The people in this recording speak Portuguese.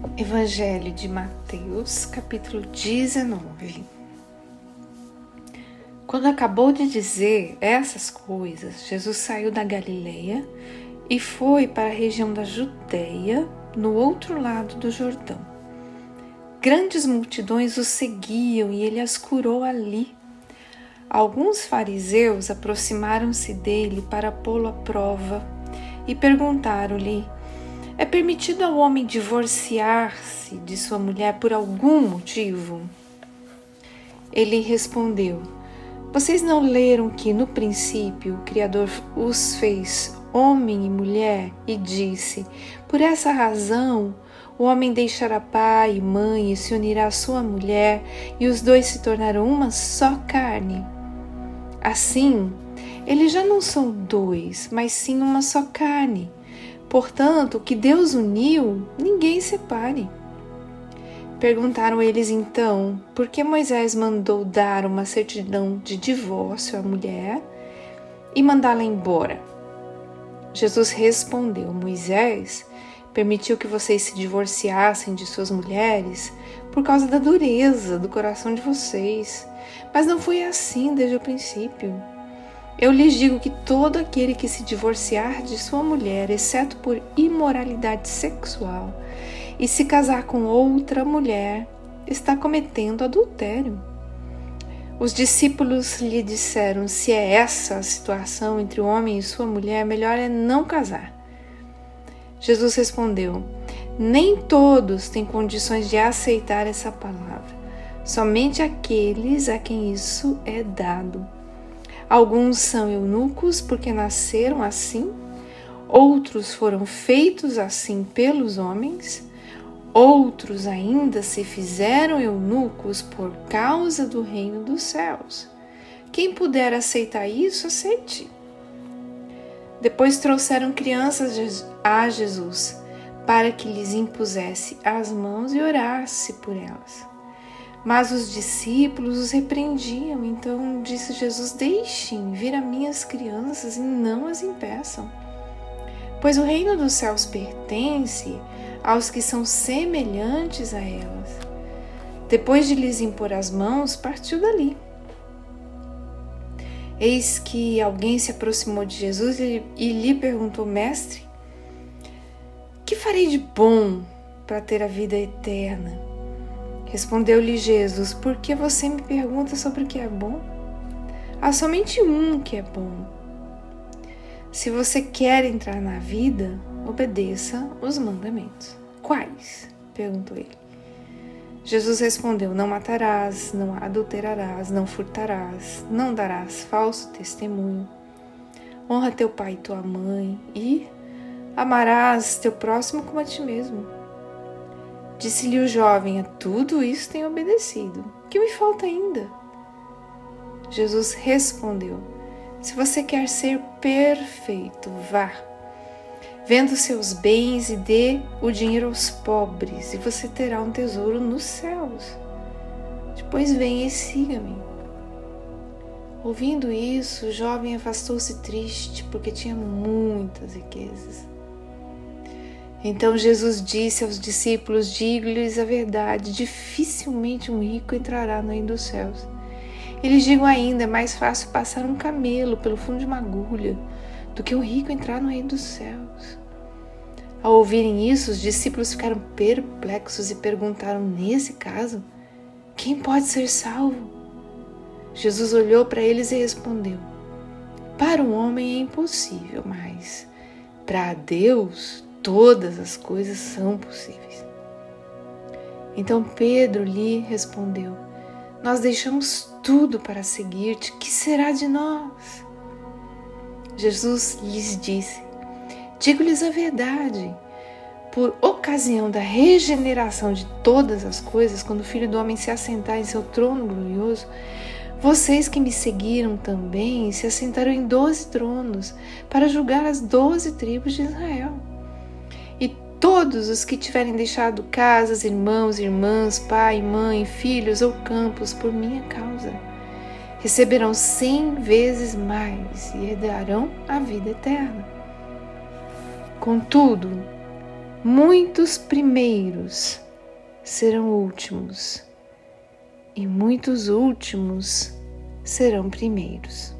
Evangelho de Mateus, capítulo 19. Quando acabou de dizer essas coisas, Jesus saiu da Galileia e foi para a região da Judéia, no outro lado do Jordão. Grandes multidões o seguiam e ele as curou ali. Alguns fariseus aproximaram-se dele para pô-lo à prova e perguntaram-lhe: é permitido ao homem divorciar-se de sua mulher por algum motivo? Ele respondeu: vocês não leram que no princípio o Criador os fez homem e mulher e disse: por essa razão o homem deixará pai e mãe e se unirá à sua mulher e os dois se tornarão uma só carne? Assim, eles já não são dois, mas sim uma só carne. Portanto, o que Deus uniu, ninguém separe. Perguntaram eles então, por que Moisés mandou dar uma certidão de divórcio à mulher e mandá-la embora? Jesus respondeu: Moisés permitiu que vocês se divorciassem de suas mulheres por causa da dureza do coração de vocês, mas não foi assim desde o princípio. Eu lhes digo que todo aquele que se divorciar de sua mulher, exceto por imoralidade sexual, e se casar com outra mulher, está cometendo adultério. Os discípulos lhe disseram: se é essa a situação entre o homem e sua mulher, melhor é não casar. Jesus respondeu: nem todos têm condições de aceitar essa palavra, somente aqueles a quem isso é dado. Alguns são eunucos porque nasceram assim, outros foram feitos assim pelos homens, outros ainda se fizeram eunucos por causa do reino dos céus. Quem puder aceitar isso, aceite. Depois trouxeram crianças a Jesus para que lhes impusesse as mãos e orasse por elas. Mas os discípulos os repreendiam. Então disse Jesus: deixem vir a minhas crianças e não as impeçam, pois o reino dos céus pertence aos que são semelhantes a elas. Depois de lhes impor as mãos, partiu dali. Eis que alguém se aproximou de Jesus e lhe perguntou: mestre, que farei de bom para ter a vida eterna? Respondeu-lhe Jesus: por que você me pergunta sobre o que é bom? Há somente um que é bom. Se você quer entrar na vida, obedeça os mandamentos. Quais? Perguntou ele. Jesus respondeu: não matarás, não adulterarás, não furtarás, não darás falso testemunho, honra teu pai e tua mãe e amarás teu próximo como a ti mesmo. Disse-lhe o jovem: a tudo isso tenho obedecido. O que me falta ainda? Jesus respondeu: se você quer ser perfeito, vá, venda os seus bens e dê o dinheiro aos pobres, e você terá um tesouro nos céus. Depois venha e siga-me. Ouvindo isso, o jovem afastou-se triste, porque tinha muitas riquezas. Então Jesus disse aos discípulos: digo-lhes a verdade, dificilmente um rico entrará no reino dos céus. E lhes digo ainda, é mais fácil passar um camelo pelo fundo de uma agulha do que um rico entrar no reino dos céus. Ao ouvirem isso, os discípulos ficaram perplexos e perguntaram: nesse caso, quem pode ser salvo? Jesus olhou para eles e respondeu: para o homem é impossível, mas para Deus todas as coisas são possíveis. Então Pedro lhe respondeu: nós deixamos tudo para seguir-te, que será de nós? Jesus lhes disse: digo-lhes a verdade, por ocasião da regeneração de todas as coisas, quando o Filho do Homem se assentar em seu trono glorioso, vocês que me seguiram também se assentarão em 12 tronos para julgar as 12 tribos de Israel. Todos os que tiverem deixado casas, irmãos, irmãs, pai, mãe, filhos ou campos por minha causa, receberão 100 vezes mais e herdarão a vida eterna. Contudo, Muitos primeiros serão últimos, e muitos últimos serão primeiros.